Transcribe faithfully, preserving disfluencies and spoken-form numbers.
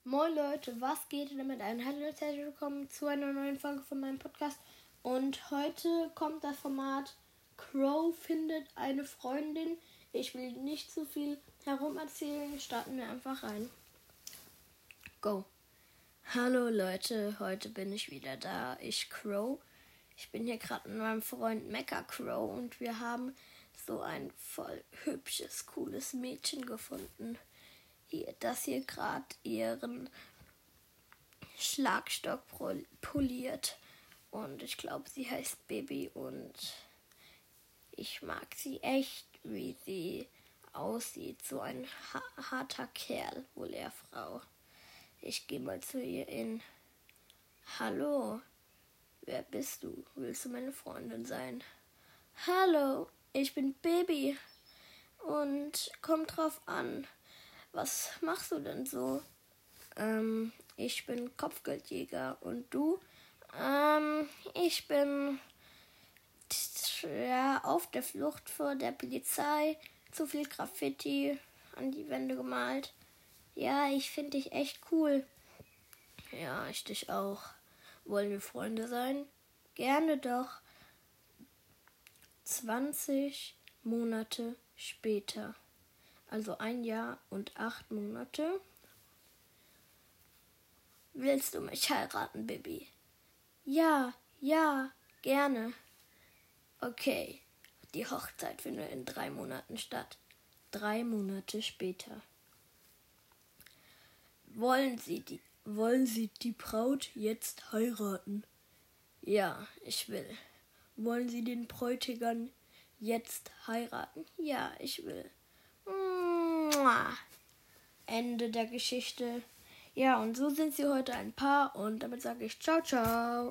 Moin Leute, was geht denn damit ein? Hallo und herzlich willkommen zu einer neuen Folge von meinem Podcast. Und heute kommt das Format Crow findet eine Freundin. Ich will nicht zu viel herum erzählen, starten wir einfach rein. Go. Hallo Leute, heute bin ich wieder da. Ich Crow. Ich bin hier gerade mit meinem Freund Mecha Crow und wir haben so ein voll hübsches, cooles Mädchen gefunden. Hier, das hier gerade ihren Schlagstock poliert. Und ich glaube, sie heißt Baby und ich mag sie echt, wie sie aussieht. So ein ha- harter Kerl, wohl eher Frau. Ich gehe mal zu ihr in. Hallo, wer bist du? Willst du meine Freundin sein? Hallo, ich bin Baby und kommt drauf an. Was machst du denn so? Ähm, ich bin Kopfgeldjäger. Und du? Ähm, ich bin ja, auf der Flucht vor der Polizei. Zu viel Graffiti an die Wände gemalt. Ja, ich finde dich echt cool. Ja, ich dich auch. Wollen wir Freunde sein? Gerne doch. zwanzig Monate später. Also ein Jahr und acht Monate. Willst du mich heiraten, Baby? Ja, ja, gerne. Okay, die Hochzeit findet in drei Monaten statt. Drei Monate später. Wollen Sie die, wollen Sie die Braut jetzt heiraten? Ja, ich will. Wollen Sie den Bräutigam jetzt heiraten? Ja, ich will. Ende der Geschichte. Ja, und so sind sie heute ein Paar und damit sage ich ciao, ciao.